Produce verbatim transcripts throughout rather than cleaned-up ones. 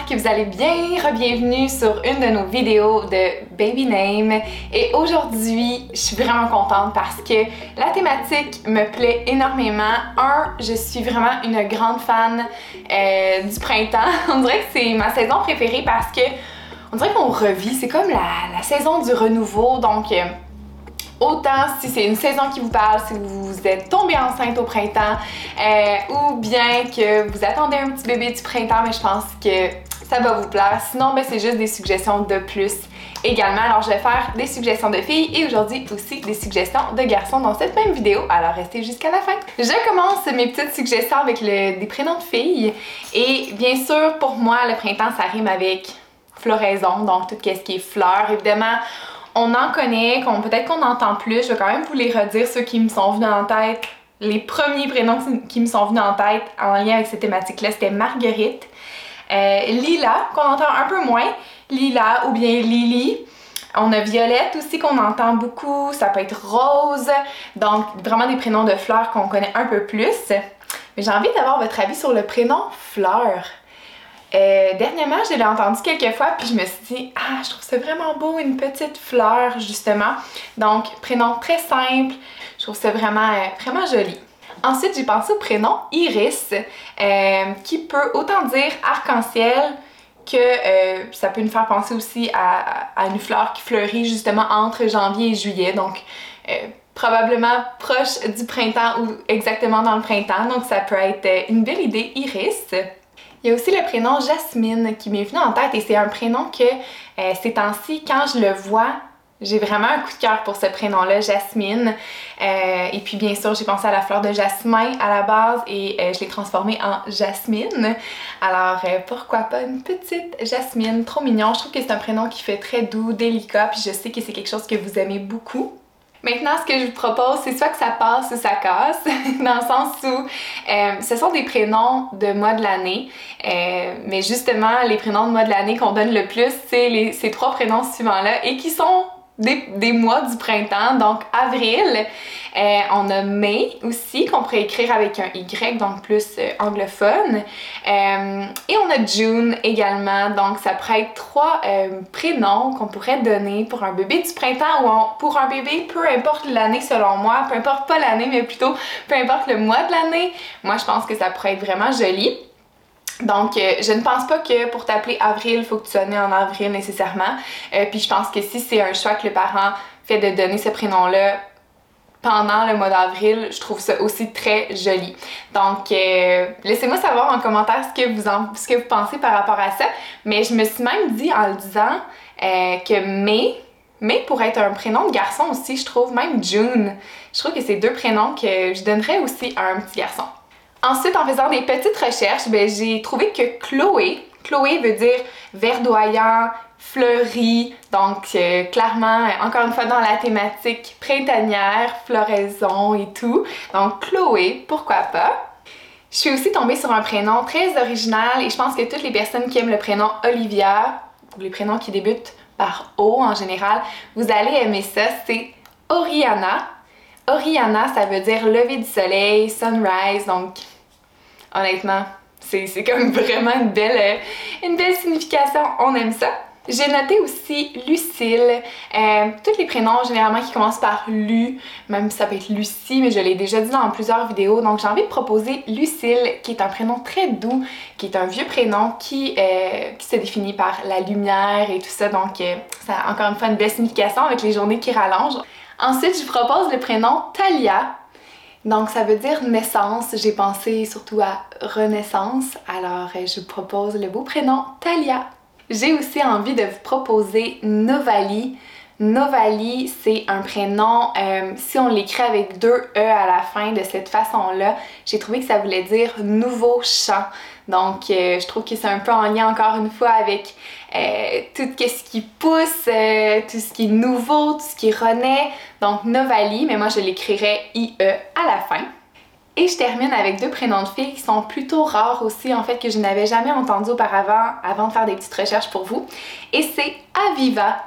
que vous allez bien. Re-bienvenue sur une de nos vidéos de Baby Name. Et aujourd'hui, je suis vraiment contente parce que la thématique me plaît énormément. Un, je suis vraiment une grande fan euh, du printemps. On dirait que c'est ma saison préférée parce que on dirait qu'on revit. C'est comme la, la saison du renouveau. Donc, euh, autant si c'est une saison qui vous parle, si vous êtes tombée enceinte au printemps euh, ou bien que vous attendez un petit bébé du printemps, mais je pense que ça va vous plaire. Sinon, ben, c'est juste des suggestions de plus également. Alors, je vais faire des suggestions de filles et aujourd'hui aussi des suggestions de garçons dans cette même vidéo. Alors, restez jusqu'à la fin. Je commence mes petites suggestions avec le, des prénoms de filles. Et bien sûr, pour moi, le printemps, ça rime avec floraison, donc tout ce qui est fleurs. Évidemment, on en connaît, qu'on, peut-être qu'on entend plus. Je vais quand même vous les redire, ceux qui me sont venus en tête. Les premiers prénoms qui me sont venus en tête en lien avec cette thématique-là, c'était Marguerite. Euh, Lila, qu'on entend un peu moins. Lila ou bien Lily. On a Violette aussi qu'on entend beaucoup. Ça peut être Rose. Donc, vraiment des prénoms de fleurs qu'on connaît un peu plus. Mais j'ai envie d'avoir votre avis sur le prénom Fleur. Euh, dernièrement, je l'ai entendu quelques fois, puis je me suis dit, ah, je trouve ça vraiment beau, une petite fleur, justement. Donc, prénom très simple, je trouve ça vraiment, euh, vraiment joli. Ensuite, j'ai pensé au prénom Iris, euh, qui peut autant dire arc-en-ciel que euh, ça peut nous faire penser aussi à, à une fleur qui fleurit justement entre janvier et juillet. Donc, euh, probablement proche du printemps ou exactement dans le printemps. Donc, ça peut être une belle idée, Iris. Il y a aussi le prénom Jasmine qui m'est venu en tête et c'est un prénom que euh, ces temps-ci, quand je le vois, j'ai vraiment un coup de cœur pour ce prénom-là, Jasmine. Euh, et puis bien sûr, j'ai pensé à la fleur de jasmin à la base et euh, je l'ai transformée en Jasmine. Alors euh, pourquoi pas une petite Jasmine, trop mignon. Je trouve que c'est un prénom qui fait très doux, délicat, puis je sais que c'est quelque chose que vous aimez beaucoup. Maintenant, ce que je vous propose, c'est soit que ça passe ou ça casse, dans le sens où euh, ce sont des prénoms de mois de l'année, euh, mais justement, les prénoms de mois de l'année qu'on donne le plus, c'est ces trois prénoms suivants-là, et qui sont des, des mois du printemps, donc avril. Euh, on a mai aussi, qu'on pourrait écrire avec un Y, donc plus euh, anglophone. Euh, et on a June également, donc ça pourrait être trois euh, prénoms qu'on pourrait donner pour un bébé du printemps ou on, pour un bébé, peu importe l'année selon moi, peu importe pas l'année, mais plutôt peu importe le mois de l'année. Moi, je pense que ça pourrait être vraiment joli. Donc, euh, je ne pense pas que pour t'appeler Avril, il faut que tu sois né en avril nécessairement. Euh, puis je pense que si c'est un choix que le parent fait de donner ce prénom-là pendant le mois d'avril, je trouve ça aussi très joli. Donc, euh, laissez-moi savoir en commentaire ce que, vous en, ce que vous pensez par rapport à ça. Mais je me suis même dit en le disant euh, que May, May pourrait être un prénom de garçon aussi, je trouve. Même June. Je trouve que c'est deux prénoms que je donnerais aussi à un petit garçon. Ensuite, en faisant des petites recherches, ben, j'ai trouvé que Chloé, Chloé veut dire verdoyant, fleuri, donc euh, clairement, encore une fois dans la thématique printanière, floraison et tout. Donc Chloé, pourquoi pas? Je suis aussi tombée sur un prénom très original et je pense que toutes les personnes qui aiment le prénom Olivia, ou les prénoms qui débutent par O en général, vous allez aimer ça, c'est Oriana. Oriana, ça veut dire lever du soleil, sunrise, donc honnêtement, c'est comme vraiment une belle, euh, une belle signification, on aime ça. J'ai noté aussi Lucille, euh, tous les prénoms généralement qui commencent par Lu, même ça peut être Lucie, mais je l'ai déjà dit dans plusieurs vidéos, donc j'ai envie de proposer Lucille, qui est un prénom très doux, qui est un vieux prénom qui, euh, qui se définit par la lumière et tout ça, donc euh, ça a encore une fois une belle signification avec les journées qui rallongent. Ensuite, je vous propose le prénom Talia. Donc, ça veut dire naissance. J'ai pensé surtout à renaissance. Alors, je vous propose le beau prénom Talia. J'ai aussi envie de vous proposer Novali. Novali, c'est un prénom, euh, si on l'écrit avec deux E à la fin de cette façon-là, j'ai trouvé que ça voulait dire nouveau champ. Donc, euh, je trouve que c'est un peu en lien encore une fois avec euh, tout ce qui pousse, euh, tout ce qui est nouveau, tout ce qui renaît. Donc, Novali, mais moi je l'écrirais I E à la fin. Et je termine avec deux prénoms de filles qui sont plutôt rares aussi, en fait, que je n'avais jamais entendu auparavant, avant de faire des petites recherches pour vous. Et c'est Aviva.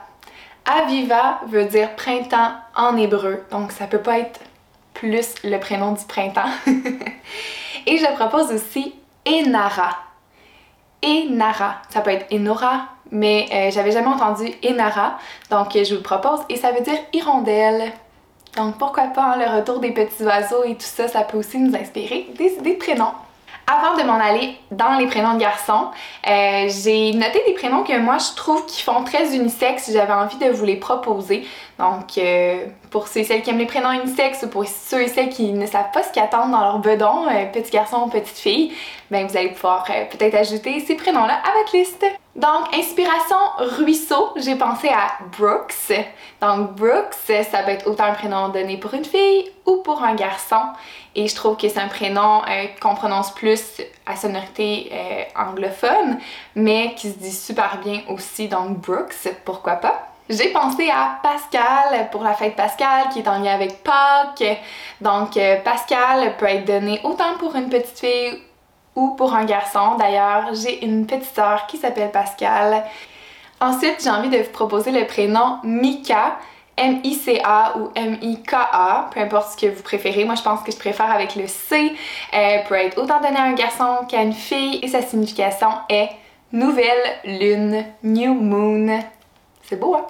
Aviva veut dire printemps en hébreu, donc ça peut pas être plus le prénom du printemps. Et je propose aussi Enara. Enara. Ça peut être Enora, mais euh, j'avais jamais entendu Enara, donc euh, je vous le propose. Et ça veut dire hirondelle. Donc pourquoi pas, hein, le retour des petits oiseaux et tout ça, ça peut aussi nous inspirer des idées de prénoms. Avant de m'en aller dans les prénoms de garçons, euh, j'ai noté des prénoms que moi je trouve qui font très unisexes. J'avais envie de vous les proposer. Donc euh, pour ceux et celles qui aiment les prénoms unisexes ou pour ceux et celles qui ne savent pas ce qu'ils attendent dans leur bedon, euh, petit garçon ou petite fille, ben vous allez pouvoir euh, peut-être ajouter ces prénoms-là à votre liste. Donc, inspiration ruisseau, j'ai pensé à Brooks. Donc, Brooks, ça peut être autant un prénom donné pour une fille ou pour un garçon. Et je trouve que c'est un prénom euh, qu'on prononce plus à sonorité euh, anglophone, mais qui se dit super bien aussi, donc Brooks, pourquoi pas. J'ai pensé à Pascal pour la fête Pascal qui est en lien avec Pâques. Donc, euh, Pascal peut être donné autant pour une petite fille ou pour un garçon. D'ailleurs, j'ai une petite sœur qui s'appelle Pascal. Ensuite, j'ai envie de vous proposer le prénom Mika, M I C A ou M I K A, peu importe ce que vous préférez. Moi, je pense que je préfère avec le C. Elle peut être autant donné à un garçon qu'à une fille et sa signification est nouvelle lune, new moon. C'est beau, hein?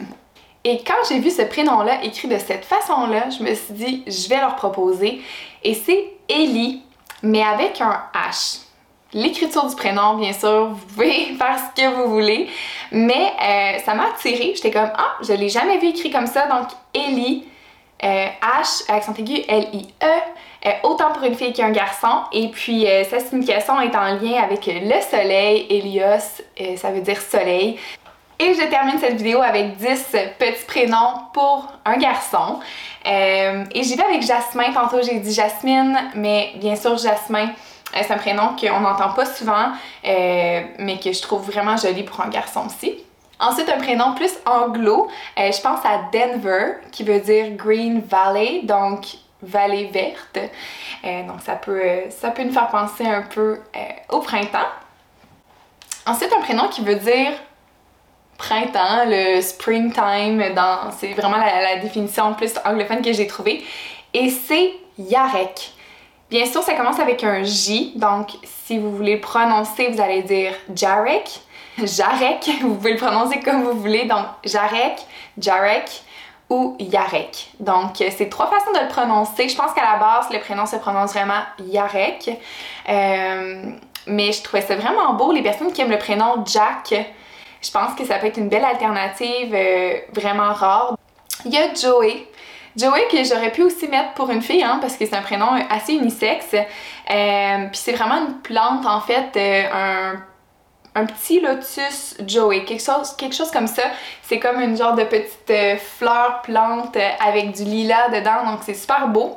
Et quand j'ai vu ce prénom-là écrit de cette façon-là, je me suis dit, je vais leur proposer. Et c'est Ellie, mais avec un H. L'écriture du prénom, bien sûr, vous pouvez faire ce que vous voulez, mais euh, ça m'a attirée. J'étais comme, ah, je l'ai jamais vu écrit comme ça, donc Ellie, euh, H, accent aigu, L I E, euh, autant pour une fille qu'un garçon, et puis euh, sa signification est en lien avec le soleil, Hélios, euh, ça veut dire soleil. Et je termine cette vidéo avec dix petits prénoms pour un garçon. Euh, et j'y vais avec Jasmin. Tantôt j'ai dit Jasmine, mais bien sûr Jasmin, euh, c'est un prénom qu'on n'entend pas souvent, euh, mais que je trouve vraiment joli pour un garçon aussi. Ensuite, un prénom plus anglo, euh, je pense à Denver, qui veut dire Green Valley, donc vallée verte. Euh, donc ça peut, ça peut nous faire penser un peu euh, au printemps. Ensuite, un prénom qui veut dire printemps, le springtime, dans, c'est vraiment la, la définition plus anglophone que j'ai trouvée. Et c'est Yarek. Bien sûr, ça commence avec un J, donc si vous voulez le prononcer, vous allez dire Jarek. Jarek, vous pouvez le prononcer comme vous voulez, donc Jarek, Jarek ou Yarek. Donc, c'est trois façons de le prononcer. Je pense qu'à la base, le prénom se prononce vraiment Yarek. Euh, mais je trouvais ça vraiment beau. Les personnes qui aiment le prénom Jack, je pense que ça peut être une belle alternative euh, vraiment rare. Il y a Joey. Joey que j'aurais pu aussi mettre pour une fille, hein, parce que c'est un prénom assez unisexe. Euh, Puis c'est vraiment une plante, en fait, euh, un, un petit lotus Joey, quelque chose, quelque chose comme ça. C'est comme une genre de petite euh, fleur plante euh, avec du lilas dedans, donc c'est super beau.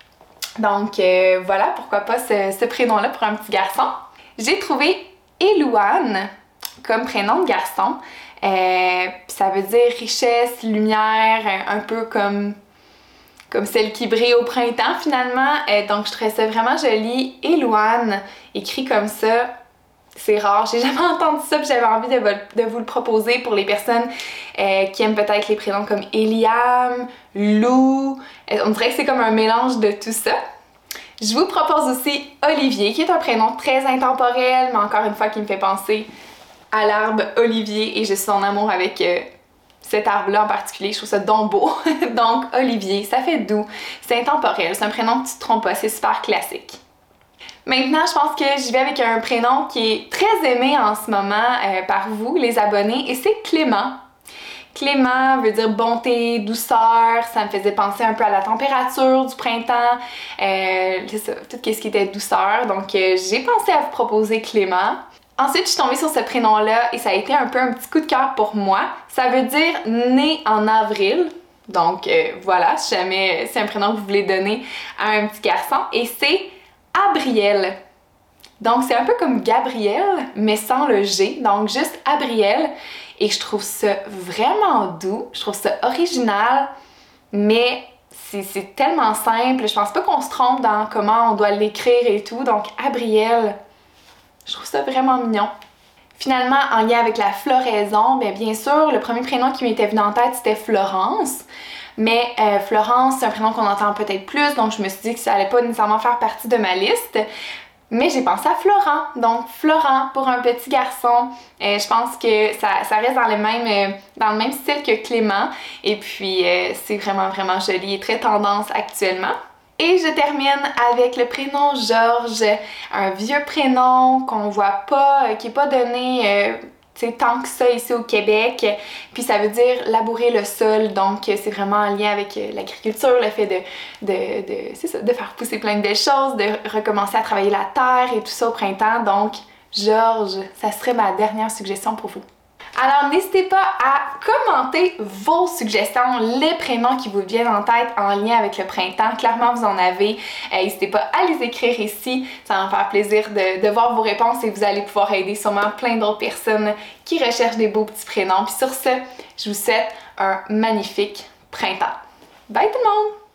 Donc euh, voilà, pourquoi pas ce, ce prénom-là pour un petit garçon. J'ai trouvé Elouane comme prénom de garçon. Euh, ça veut dire richesse, lumière, un peu comme, comme celle qui brille au printemps finalement. Euh, donc je trouvais ça vraiment joli. Elouane, écrit comme ça, c'est rare. J'ai jamais entendu ça, puis j'avais envie de, de vous le proposer pour les personnes euh, qui aiment peut-être les prénoms comme Eliam, Lou. Euh, on dirait que c'est comme un mélange de tout ça. Je vous propose aussi Olivier, qui est un prénom très intemporel, mais encore une fois qui me fait penser à l'arbre Olivier, et je suis en amour avec euh, cet arbre-là en particulier. Je trouve ça donc beau. Donc Olivier, ça fait doux, c'est intemporel, c'est un prénom que tu te trompes pas, c'est super classique. Maintenant, je pense que j'y vais avec un prénom qui est très aimé en ce moment euh, par vous, les abonnés, et c'est Clément. Clément veut dire bonté, douceur, ça me faisait penser un peu à la température du printemps, euh, c'est ça, tout ce qui était douceur, donc euh, j'ai pensé à vous proposer Clément. Ensuite, je suis tombée sur ce prénom-là et ça a été un peu un petit coup de cœur pour moi. Ça veut dire né en avril. Donc euh, voilà, si jamais c'est un prénom que vous voulez donner à un petit garçon. Et c'est Abriel. Donc c'est un peu comme Gabriel, mais sans le G. Donc juste Abriel. Et je trouve ça vraiment doux. Je trouve ça original, mais c'est tellement simple. Je pense pas qu'on se trompe dans comment on doit l'écrire et tout. Donc Abriel, je trouve ça vraiment mignon. Finalement, en lien avec la floraison, bien, bien sûr, le premier prénom qui m'était venu en tête, c'était Florence. Mais euh, Florence, c'est un prénom qu'on entend peut-être plus, donc je me suis dit que ça allait pas nécessairement faire partie de ma liste. Mais j'ai pensé à Florent, donc Florent pour un petit garçon. Euh, je pense que ça, ça reste dans le, même, euh, dans le même style que Clément. Et puis euh, c'est vraiment vraiment joli et très tendance actuellement. Et je termine avec le prénom Georges, un vieux prénom qu'on voit pas, qui est pas donné euh, tant que ça ici au Québec. Puis ça veut dire labourer le sol, donc c'est vraiment en lien avec l'agriculture, le fait de, de, de, c'est ça, de faire pousser plein de belles choses, de recommencer à travailler la terre et tout ça au printemps. Donc Georges, ça serait ma dernière suggestion pour vous. Alors n'hésitez pas à commenter vos suggestions, les prénoms qui vous viennent en tête en lien avec le printemps. Clairement vous en avez, euh, n'hésitez pas à les écrire ici, ça va me faire plaisir de, de voir vos réponses et vous allez pouvoir aider sûrement plein d'autres personnes qui recherchent des beaux petits prénoms. Puis sur ce, je vous souhaite un magnifique printemps. Bye tout le monde!